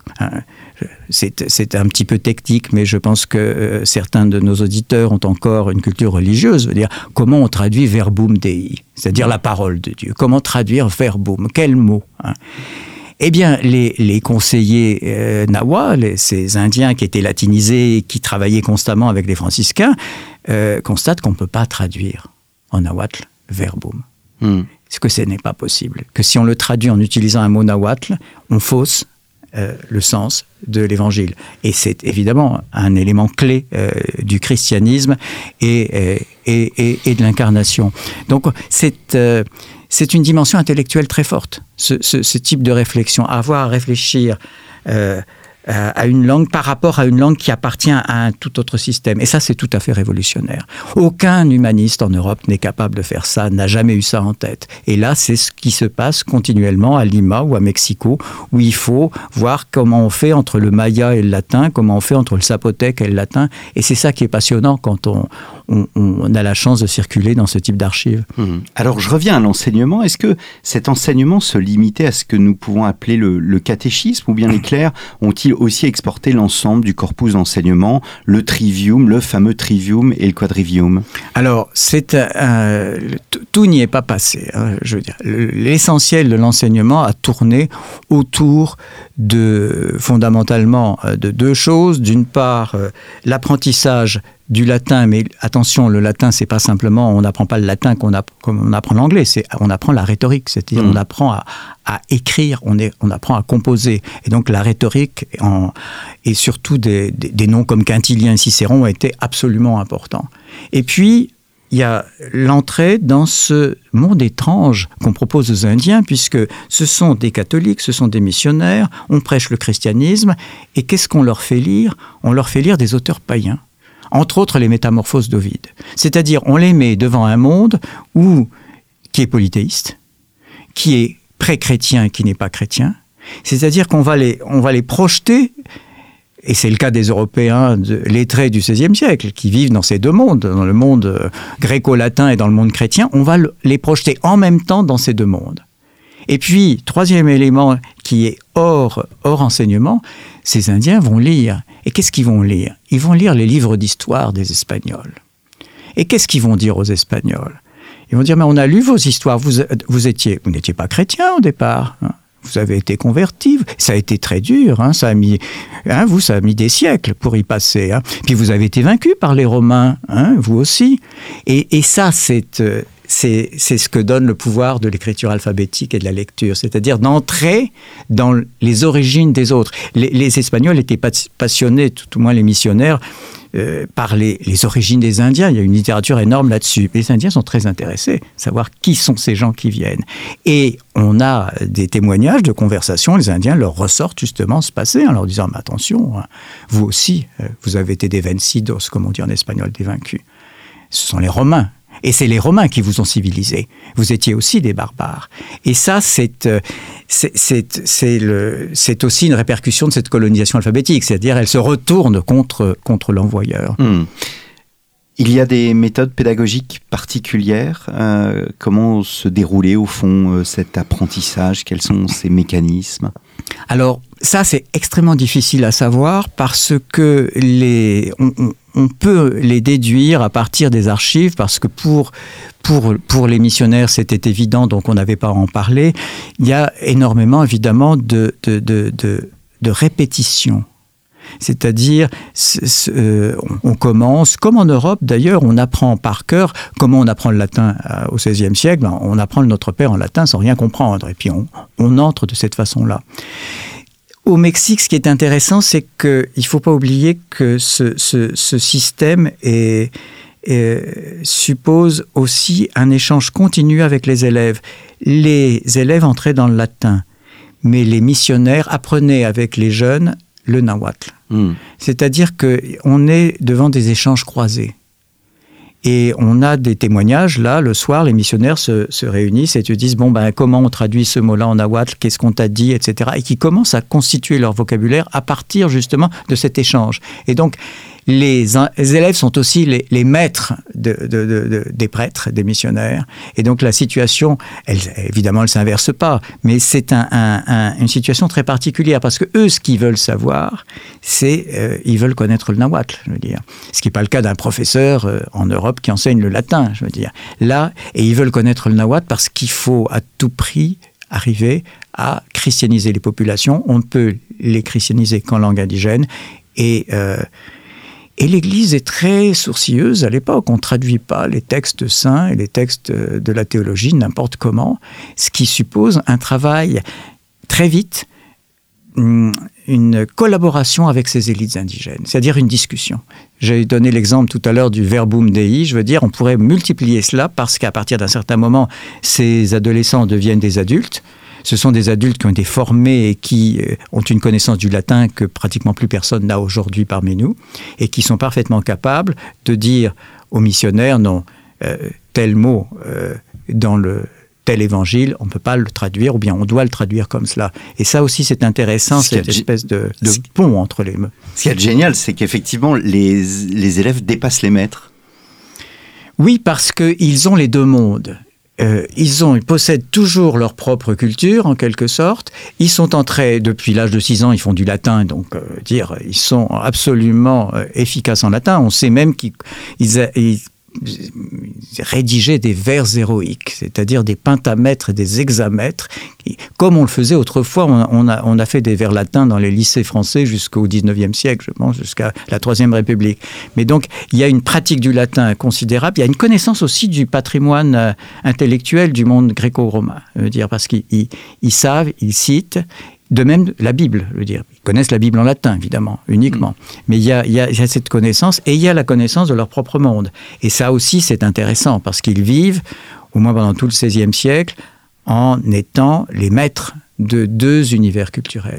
C'est, c'est un petit peu technique, mais je pense que euh, certains de nos auditeurs ont encore une culture religieuse. C'est-à-dire, comment on traduit verbum Dei, c'est-à-dire la parole de Dieu. Comment traduire verbum ? Quel mot hein ? Eh bien, les, les conseillers euh, nawa, les, ces Indiens qui étaient latinisés, qui travaillaient constamment avec les franciscains, euh, constatent qu'on ne peut pas traduire en nahuatl verbum. Mm. Parce que ce n'est pas possible. Que si on le traduit en utilisant un mot nahuatl, on fausse euh, le sens de l'évangile. Et c'est évidemment un élément clé euh, du christianisme et, et, et, et de l'incarnation. Donc, c'est... Euh, C'est une dimension intellectuelle très forte, ce, ce, ce type de réflexion, avoir à réfléchir euh, à une langue par rapport à une langue qui appartient à un tout autre système. Et ça, c'est tout à fait révolutionnaire. Aucun humaniste en Europe n'est capable de faire ça, n'a jamais eu ça en tête. Et là, c'est ce qui se passe continuellement à Lima ou à Mexico, où il faut voir comment on fait entre le maya et le latin, comment on fait entre le zapotèque et le latin. Et c'est ça qui est passionnant quand on, on, on a la chance de circuler dans ce type d'archives. Mmh. Alors, je reviens à l'enseignement. Est-ce que cet enseignement se limitait à ce que nous pouvons appeler le, le catéchisme, ou bien les clercs ont-ils aussi exporté l'ensemble du corpus d'enseignement, le trivium, le fameux trivium et le quadrivium? Alors, c'est, euh, tout n'y est pas passé. Hein, je veux dire, l'essentiel de l'enseignement a tourné autour de, fondamentalement, de deux choses. D'une part, euh, l'apprentissage du latin, mais attention, le latin, c'est pas simplement, on n'apprend pas le latin qu'on a, comme on apprend l'anglais, c'est, on apprend la rhétorique, c'est-à-dire mmh. on apprend à, à écrire, on, est, on apprend à composer. Et donc la rhétorique, en, et surtout des, des, des noms comme Quintilien et Cicéron ont été absolument importants. Et puis, il y a l'entrée dans ce monde étrange qu'on propose aux Indiens, puisque ce sont des catholiques, ce sont des missionnaires, on prêche le christianisme, et qu'est-ce qu'on leur fait lire ? On leur fait lire des auteurs païens. Entre autres, les Métamorphoses d'Ovide. C'est-à-dire, on les met devant un monde où, qui est polythéiste, qui est pré-chrétien et qui n'est pas chrétien. C'est-à-dire qu'on va les, on va les projeter et c'est le cas des Européens de, lettrés du seizième siècle, qui vivent dans ces deux mondes, dans le monde euh, gréco-latin et dans le monde chrétien, on va le, les projeter en même temps dans ces deux mondes. Et puis, troisième élément qui est hors, hors enseignement, ces Indiens vont lire. Et qu'est-ce qu'ils vont lire? Ils vont lire les livres d'histoire des Espagnols. Et qu'est-ce qu'ils vont dire aux Espagnols? Ils vont dire, mais on a lu vos histoires, vous, vous étiez, vous n'étiez pas chrétien au départ, hein. Vous avez été convertis, ça a été très dur, hein, ça a mis, hein, vous, ça a mis des siècles pour y passer. Hein. Puis vous avez été vaincus par les Romains, hein, vous aussi. Et, et ça, c'est, c'est, c'est ce que donne le pouvoir de l'écriture alphabétique et de la lecture, c'est-à-dire d'entrer dans les origines des autres. Les, les Espagnols étaient passionnés, tout au moins les missionnaires, Euh, par les, les origines des Indiens. Il y a une littérature énorme là-dessus. Les Indiens sont très intéressés à savoir qui sont ces gens qui viennent. Et on a des témoignages de conversations. Les Indiens leur ressortent justement ce passé en leur disant « Mais attention, hein, vous aussi, euh, vous avez été des vencidos, comme on dit en espagnol, des vaincus. Ce sont les Romains. Et c'est les Romains qui vous ont civilisés. Vous étiez aussi des barbares. » Et ça, c'est, c'est, c'est, c'est, le, c'est aussi une répercussion de cette colonisation alphabétique. C'est-à-dire, elle se retourne contre, contre l'envoyeur. Mmh. Il y a des méthodes pédagogiques particulières. Euh, comment se déroulait, au fond, euh, cet apprentissage? Quels sont ces mécanismes? Alors, ça, c'est extrêmement difficile à savoir parce que les... On, on, On peut les déduire à partir des archives parce que pour, pour, pour les missionnaires, c'était évident, donc on n'avait pas à en parler. Il y a énormément, évidemment, de, de, de, de, de répétitions. C'est-à-dire, euh, on commence, comme en Europe d'ailleurs, on apprend par cœur. Comment on apprend le latin au seizième siècle? On apprend le Notre Père en latin sans rien comprendre. Et puis on, on entre de cette façon-là. Au Mexique, ce qui est intéressant, c'est qu'il ne faut pas oublier que ce, ce, ce système est, est, suppose aussi un échange continu avec les élèves. Les élèves entraient dans le latin, mais les missionnaires apprenaient avec les jeunes le nahuatl. Mmh. C'est-à-dire qu'on est devant des échanges croisés. Et on a des témoignages, là, le soir, les missionnaires se, se réunissent et te disent, bon, ben, comment on traduit ce mot-là en nahuatl, qu'est-ce qu'on t'a dit, et cetera. Et qui commencent à constituer leur vocabulaire à partir, justement, de cet échange. Et donc, les, les élèves sont aussi les, les maîtres de, de, de, de, des prêtres, des missionnaires. Et donc, la situation, elle, évidemment, elle ne s'inverse pas, mais c'est un, un, un, une situation très particulière, parce que eux, ce qu'ils veulent savoir, c'est, euh, ils veulent connaître le nahuatl, je veux dire. Ce qui n'est pas le cas d'un professeur euh, en Europe qui enseigne le latin, je veux dire. Là, et ils veulent connaître le nahuatl parce qu'il faut à tout prix arriver à christianiser les populations. On ne peut les christianiser qu'en langue indigène. Et... Euh, Et l'Église est très sourcilleuse à l'époque. On ne traduit pas les textes saints et les textes de la théologie n'importe comment, ce qui suppose un travail très vite, une collaboration avec ces élites indigènes, c'est-à-dire une discussion. J'ai donné l'exemple tout à l'heure du verbum dei, je veux dire, on pourrait multiplier cela parce qu'à partir d'un certain moment, ces adolescents deviennent des adultes. Ce sont des adultes qui ont été formés et qui ont une connaissance du latin que pratiquement plus personne n'a aujourd'hui parmi nous, et qui sont parfaitement capables de dire aux missionnaires, non, euh, tel mot euh, dans le tel évangile, on ne peut pas le traduire, ou bien on doit le traduire comme cela. Et ça aussi, c'est intéressant, cette espèce de, de pont entre les mots. Ce qui est génial, c'est qu'effectivement, les, les élèves dépassent les maîtres. Oui, parce qu'ils ont les deux mondes. Euh, ils, ont, ils possèdent toujours leur propre culture, en quelque sorte. Ils sont entrés, depuis l'âge de six ans, ils font du latin, donc euh, dire, ils sont absolument euh, efficaces en latin. On sait même qu'ils ils, ils rédigeaient des vers héroïques, c'est-à-dire des pentamètres et des hexamètres. Qui, comme on le faisait autrefois, on, on, a, on a fait des vers latins dans les lycées français jusqu'au dix-neuvième siècle, je pense, jusqu'à la Troisième République. Mais donc, il y a une pratique du latin considérable. Il y a une connaissance aussi du patrimoine euh, intellectuel du monde gréco-romain. Je veux dire, parce qu'ils ils, ils savent, ils citent. De même, la Bible, je veux dire. Ils connaissent la Bible en latin, évidemment, uniquement. Mmh. Mais il y, a, il, y a, il y a cette connaissance, et il y a la connaissance de leur propre monde. Et ça aussi, c'est intéressant, parce qu'ils vivent, au moins pendant tout le seizième siècle, en étant les maîtres de deux univers culturels,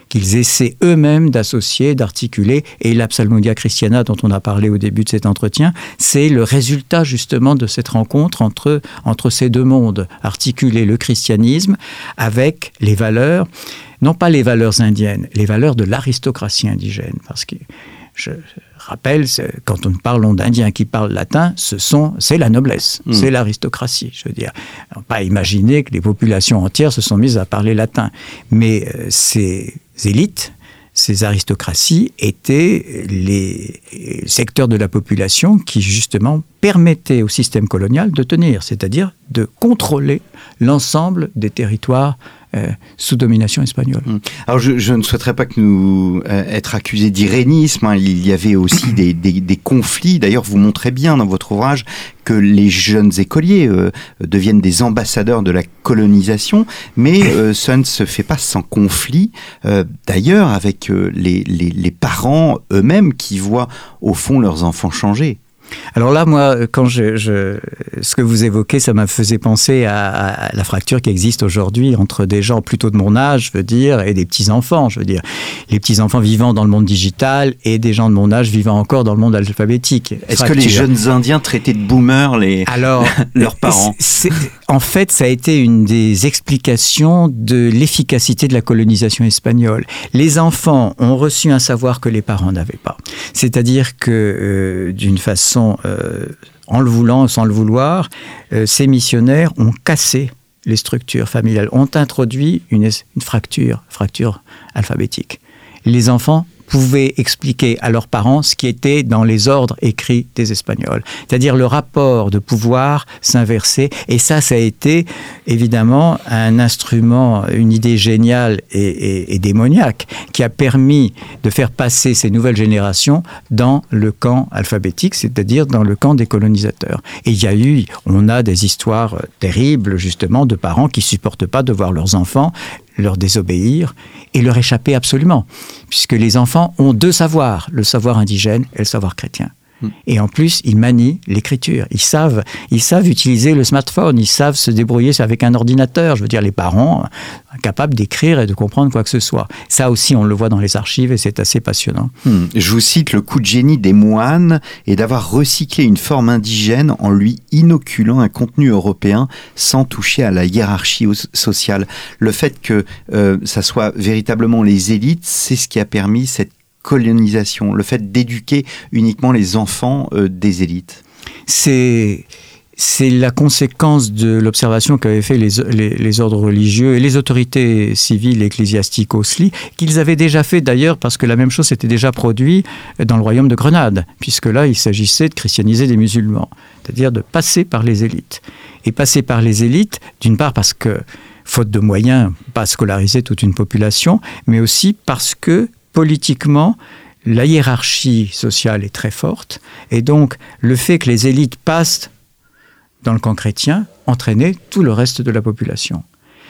qu'ils essaient eux-mêmes d'associer, d'articuler. Et la Psalmodia Christiana, dont on a parlé au début de cet entretien, c'est le résultat justement de cette rencontre entre, entre ces deux mondes. Articuler le christianisme avec les valeurs, non pas les valeurs indiennes, les valeurs de l'aristocratie indigène. Parce que je rappelle, quand nous parlons d'Indiens qui parlent latin, ce sont, c'est la noblesse, mmh. c'est l'aristocratie. Je veux dire, on ne peut pas imaginer que les populations entières se sont mises à parler latin. Mais euh, ces élites, ces aristocraties étaient les secteurs de la population qui, justement, permettaient au système colonial de tenir, c'est-à-dire de contrôler l'ensemble des territoires Euh, sous domination espagnole. Alors je, je ne souhaiterais pas que nous euh, être accusés d'irénisme. Hein. Il y avait aussi des, des, des conflits. D'ailleurs, vous montrez bien dans votre ouvrage que les jeunes écoliers euh, deviennent des ambassadeurs de la colonisation, mais euh, ça ne se fait pas sans conflit. Euh, d'ailleurs, avec euh, les, les, les parents eux-mêmes qui voient au fond leurs enfants changer. Alors là, moi, quand je, je, ce que vous évoquez, ça m'a faisait penser à, à la fracture qui existe aujourd'hui entre des gens plutôt de mon âge, je veux dire, et des petits-enfants, je veux dire. Les petits-enfants vivant dans le monde digital et des gens de mon âge vivant encore dans le monde alphabétique. Est-ce fracture. que les jeunes Indiens traitaient de boomers les, Alors, leurs parents c'est, en fait, ça a été une des explications de l'efficacité de la colonisation espagnole. Les enfants ont reçu un savoir que les parents n'avaient pas. C'est-à-dire que, euh, d'une façon Euh, en le voulant, sans le vouloir, euh, ces missionnaires ont cassé les structures familiales, ont introduit une, une fracture, fracture alphabétique. Les enfants pouvaient expliquer à leurs parents ce qui était dans les ordres écrits des Espagnols. C'est-à-dire le rapport de pouvoir s'inverser. Et ça, ça a été évidemment un instrument, une idée géniale et, et, et démoniaque qui a permis de faire passer ces nouvelles générations dans le camp alphabétique, c'est-à-dire dans le camp des colonisateurs. Et il y a eu, on a des histoires terribles justement de parents qui ne supportent pas de voir leurs enfants leur désobéir et leur échapper absolument. Puisque les enfants ont deux savoirs, le savoir indigène et le savoir chrétien. Et en plus, ils manient l'écriture. Ils savent, ils savent utiliser le smartphone, ils savent se débrouiller avec un ordinateur. Je veux dire, les parents incapables d'écrire et de comprendre quoi que ce soit. Ça aussi, on le voit dans les archives et c'est assez passionnant. Hmm. Je vous cite le coup de génie des moines et d'avoir recyclé une forme indigène en lui inoculant un contenu européen sans toucher à la hiérarchie sociale. Le fait que euh, ça soit véritablement les élites, c'est ce qui a permis cette colonisation, le fait d'éduquer uniquement les enfants euh, des élites. C'est, c'est la conséquence de l'observation qu'avaient fait les, les, les ordres religieux et les autorités civiles et ecclésiastiques aussi, qu'ils avaient déjà fait d'ailleurs parce que la même chose s'était déjà produit dans le royaume de Grenade, puisque là il s'agissait de christianiser des musulmans, c'est-à-dire de passer par les élites. Et passer par les élites, d'une part parce que, faute de moyens, pas scolariser toute une population, mais aussi parce que politiquement, la hiérarchie sociale est très forte et donc le fait que les élites passent dans le camp chrétien entraînait tout le reste de la population.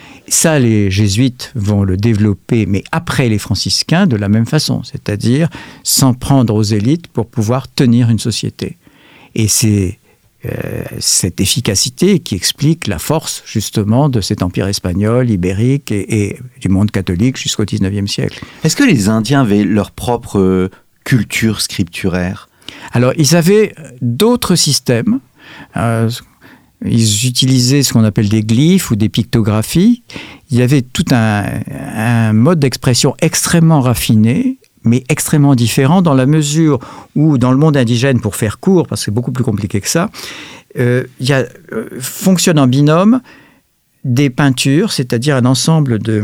Ça, les jésuites vont le développer, mais après les franciscains, de la même façon, c'est-à-dire s'en prendre aux élites pour pouvoir tenir une société. Et c'est Euh, cette efficacité qui explique la force justement de cet empire espagnol, ibérique et, et du monde catholique jusqu'au dix-neuvième siècle. Est-ce que les Indiens avaient leur propre culture scripturaire ? Alors, ils avaient d'autres systèmes. Euh, ils utilisaient ce qu'on appelle des glyphes ou des pictographies. Il y avait tout un, un mode d'expression extrêmement raffiné, mais extrêmement différent dans la mesure où, dans le monde indigène, pour faire court, parce que c'est beaucoup plus compliqué que ça, euh, il y a, euh, fonctionne en binôme des peintures, c'est-à-dire un ensemble de,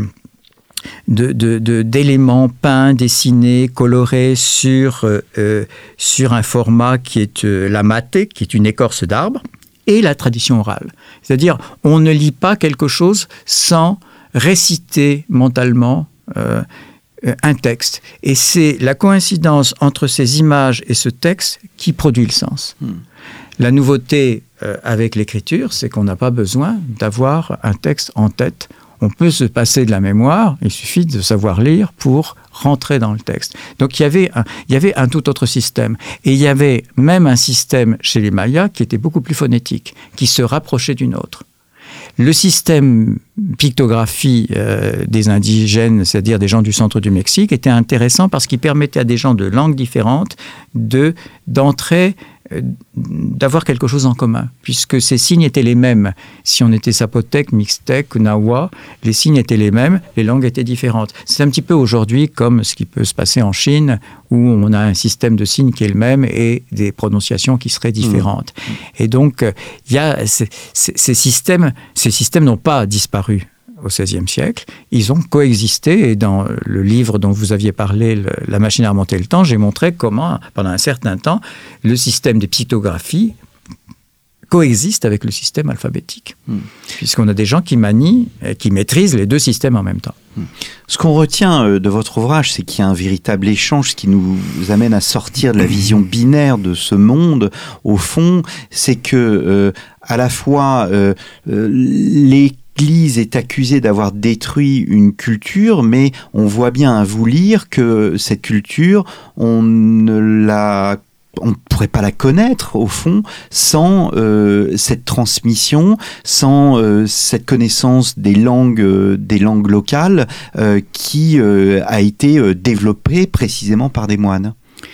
de, de, de, d'éléments peints, dessinés, colorés sur, euh, sur un format qui est euh, la maté, qui est une écorce d'arbre, et la tradition orale. C'est-à-dire, on ne lit pas quelque chose sans réciter mentalement euh, un texte. Et c'est la coïncidence entre ces images et ce texte qui produit le sens. Hmm. La nouveauté euh, avec l'écriture, c'est qu'on n'a pas besoin d'avoir un texte en tête. On peut se passer de la mémoire, il suffit de savoir lire pour rentrer dans le texte. Donc il y avait un, il y avait un tout autre système. Et il y avait même un système chez les Mayas qui était beaucoup plus phonétique, qui se rapprochait d'une autre. le système pictographie euh, des indigènes, c'est-à-dire des gens du centre du Mexique, était intéressant parce qu'il permettait à des gens de langues différentes de, d'entrer, euh, d'avoir quelque chose en commun, puisque ces signes étaient les mêmes. Si on était zapotèque, mixtèque, nahua, les signes étaient les mêmes, les langues étaient différentes. C'est un petit peu aujourd'hui comme ce qui peut se passer en Chine, où on a un système de signes qui est le même et des prononciations qui seraient différentes. Mmh. Et donc, il y a ces, ces, ces systèmes, ces systèmes n'ont pas disparu au seizième siècle, ils ont coexisté, et dans le livre dont vous aviez parlé, le, La machine à remonter le temps, j'ai montré comment, pendant un certain temps, le système des pictographies coexiste avec le système alphabétique, mmh. puisqu'on a des gens qui manient, qui maîtrisent les deux systèmes en même temps. Mmh. Ce qu'on retient de votre ouvrage, c'est qu'il y a un véritable échange, ce qui nous amène à sortir de la vision binaire de ce monde. Au fond, c'est que euh, à la fois euh, euh, les L'Église est accusée d'avoir détruit une culture, mais on voit bien à vous lire que cette culture, on ne la on ne pourrait pas la connaître, au fond, sans euh, cette transmission, sans euh, cette connaissance des langues, euh, des langues locales euh, qui euh, a été euh, développée précisément par des moines.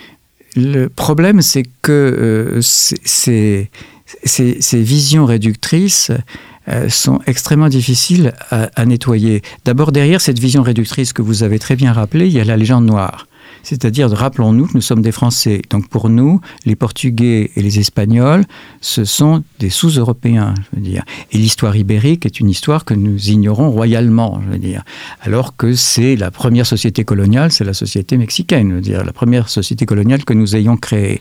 Le problème, c'est que euh, ces, ces, ces visions réductrices euh, sont extrêmement difficiles à, à nettoyer. D'abord, derrière cette vision réductrice que vous avez très bien rappelée, il y a la légende noire. C'est-à-dire, rappelons-nous que nous sommes des Français. Donc pour nous, les Portugais et les Espagnols, ce sont des sous-Européens, je veux dire. Et l'histoire ibérique est une histoire que nous ignorons royalement, je veux dire. Alors que c'est la première société coloniale, c'est la société mexicaine, je veux dire, la première société coloniale que nous ayons créée.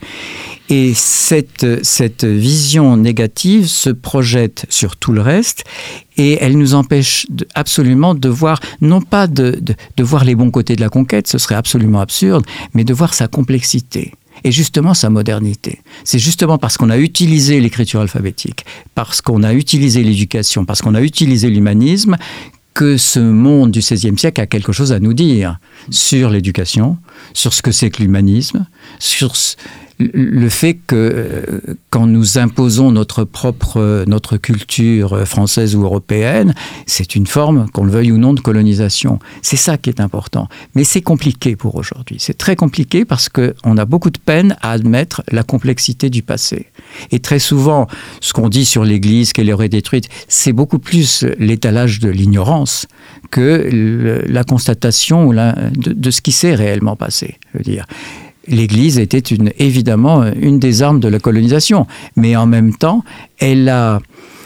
Et cette, cette vision négative se projette sur tout le reste, et elle nous empêche de, absolument de voir, non pas de, de, de voir les bons côtés de la conquête, ce serait absolument absurde, mais de voir sa complexité et justement sa modernité. C'est justement parce qu'on a utilisé l'écriture alphabétique, parce qu'on a utilisé l'éducation, parce qu'on a utilisé l'humanisme, que ce monde du seizième siècle a quelque chose à nous dire sur l'éducation, sur ce que c'est que l'humanisme, sur le fait que euh, quand nous imposons notre propre, notre culture française ou européenne, c'est une forme, qu'on le veuille ou non, de colonisation. C'est ça qui est important. Mais c'est compliqué pour aujourd'hui. C'est très compliqué parce qu'on a beaucoup de peine à admettre la complexité du passé. Et très souvent, ce qu'on dit sur l'Église, qu'elle aurait détruite, c'est beaucoup plus l'étalage de l'ignorance que le, la constatation de, de ce qui s'est réellement passé. Je veux dire. L'Église était une, évidemment une des armes de la colonisation, mais en même temps, elle a,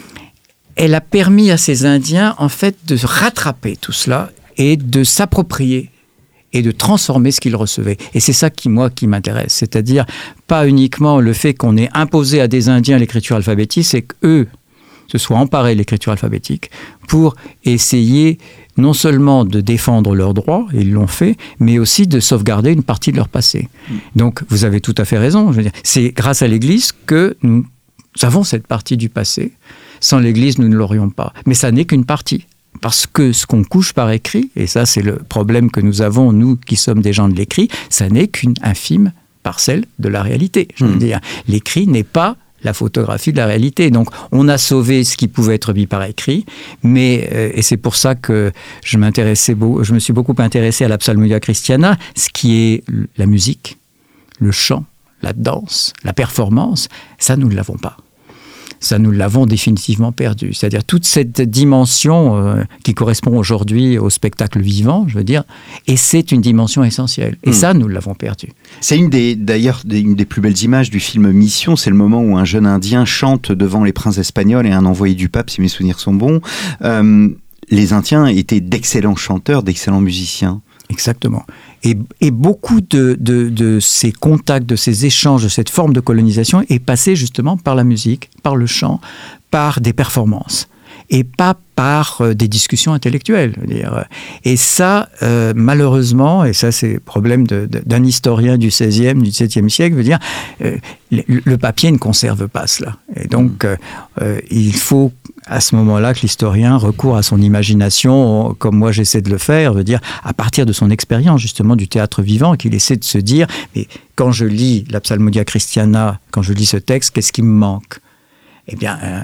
elle a permis à ces Indiens, en fait, de rattraper tout cela et de s'approprier et de transformer ce qu'ils recevaient. Et c'est ça qui, moi, qui m'intéresse. C'est-à-dire, pas uniquement le fait qu'on ait imposé à des Indiens l'écriture alphabétique, c'est qu'eux se soient emparés de l'écriture alphabétique pour essayer non seulement de défendre leurs droits, et ils l'ont fait, mais aussi de sauvegarder une partie de leur passé. Mmh. Donc, vous avez tout à fait raison. Je veux dire, c'est grâce à l'Église que nous avons cette partie du passé. Sans l'Église, nous ne l'aurions pas. Mais ça n'est qu'une partie. Parce que ce qu'on couche par écrit, et ça c'est le problème que nous avons, nous qui sommes des gens de l'écrit, ça n'est qu'une infime parcelle de la réalité. Je veux mmh. dire, l'écrit n'est pas la photographie de la réalité. Donc, on a sauvé ce qui pouvait être mis par écrit, mais, euh, et c'est pour ça que je m'intéressais beau, je me suis beaucoup intéressé à la Psalmodia Christiana, ce qui est la musique, le chant, la danse, la performance, ça, nous ne l'avons pas. Ça, nous l'avons définitivement perdu. C'est-à-dire toute cette dimension euh, qui correspond aujourd'hui au spectacle vivant, je veux dire, et c'est une dimension essentielle. Et mmh. ça, nous l'avons perdu. C'est une des, d'ailleurs des, une des plus belles images du film Mission. C'est le moment où un jeune Indien chante devant les princes espagnols et un envoyé du pape, si mes souvenirs sont bons. Euh, les Indiens étaient d'excellents chanteurs, d'excellents musiciens. Exactement. Et, et beaucoup de, de, de ces contacts, de ces échanges, de cette forme de colonisation est passé justement par la musique, par le chant, par des performances. Et pas par euh, des discussions intellectuelles. Je veux dire. Et ça, euh, malheureusement, et ça c'est le problème de, de, d'un historien du seizième, du dix-septième siècle, veut dire, euh, le, le papier ne conserve pas cela. Et donc, euh, euh, il faut à ce moment-là que l'historien recourt à son imagination, comme moi j'essaie de le faire, veut dire, à partir de son expérience justement du théâtre vivant, qu'il essaie de se dire, mais quand je lis la Psalmodia Christiana, quand je lis ce texte, qu'est-ce qui me manque ? Eh bien, euh,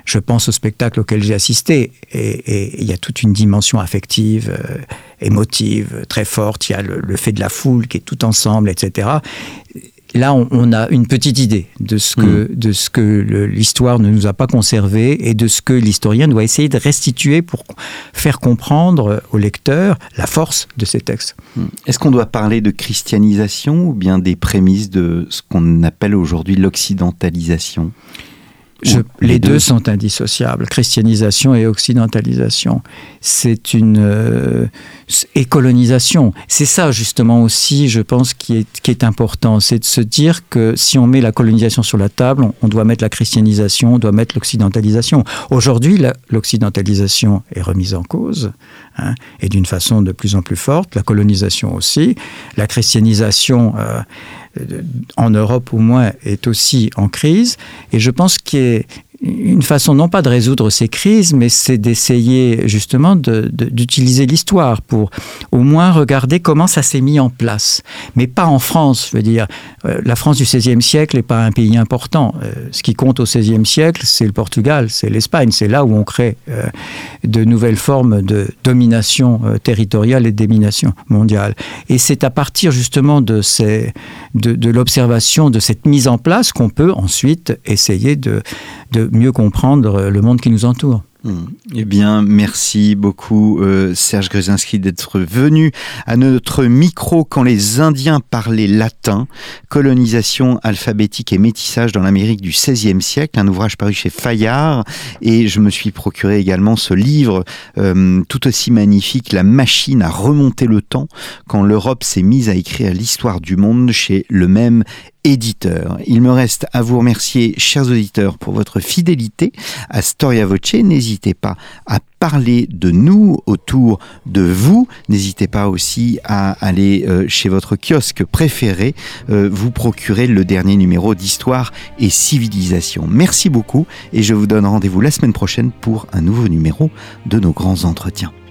je pense au spectacle auquel j'ai assisté, et il y a toute une dimension affective, euh, émotive, très forte. Il y a le, le fait de la foule qui est tout ensemble, et cetera. Là, on, on a une petite idée de ce que, mmh. de ce que le, l'histoire ne nous a pas conservé et de ce que l'historien doit essayer de restituer pour faire comprendre au lecteur la force de ces textes. Mmh. Est-ce qu'on doit parler de christianisation ou bien des prémices de ce qu'on appelle aujourd'hui l'occidentalisation ? Je, les deux sont indissociables, christianisation et occidentalisation. C'est une euh, et colonisation. C'est ça justement aussi, je pense, qui est qui est important, c'est de se dire que si on met la colonisation sur la table, on, on doit mettre la christianisation, on doit mettre l'occidentalisation. Aujourd'hui, la, l'occidentalisation est remise en cause, hein, et d'une façon de plus en plus forte. La colonisation aussi, la christianisation. Euh, en Europe au moins, est aussi en crise. Et je pense qu'il y a une façon, non pas de résoudre ces crises, mais c'est d'essayer justement de, de, d'utiliser l'histoire pour au moins regarder comment ça s'est mis en place. Mais pas en France, je veux dire. Euh, la France du seizième siècle n'est pas un pays important. Euh, ce qui compte au seizième siècle, c'est le Portugal, c'est l'Espagne. C'est là où on crée euh, de nouvelles formes de domination euh, territoriale et de domination mondiale. Et c'est à partir justement de, ces, de, de l'observation de cette mise en place qu'on peut ensuite essayer de, de mieux comprendre le monde qui nous entoure. Eh bien, merci beaucoup euh, Serge Grzelski d'être venu à notre micro quand les Indiens parlaient latin, colonisation alphabétique et métissage dans l'Amérique du seizième siècle, un ouvrage paru chez Fayard, et je me suis procuré également ce livre euh, tout aussi magnifique, La machine à remonter le temps, quand l'Europe s'est mise à écrire l'histoire du monde, chez le même éditeur. Il me reste à vous remercier, chers auditeurs, pour votre fidélité à Storia Voce. N'hésitez pas à parler de nous autour de vous. N'hésitez pas aussi à aller euh, chez votre kiosque préféré, euh, vous procurer le dernier numéro d'Histoire et Civilisation. Merci beaucoup et je vous donne rendez-vous la semaine prochaine pour un nouveau numéro de nos grands entretiens.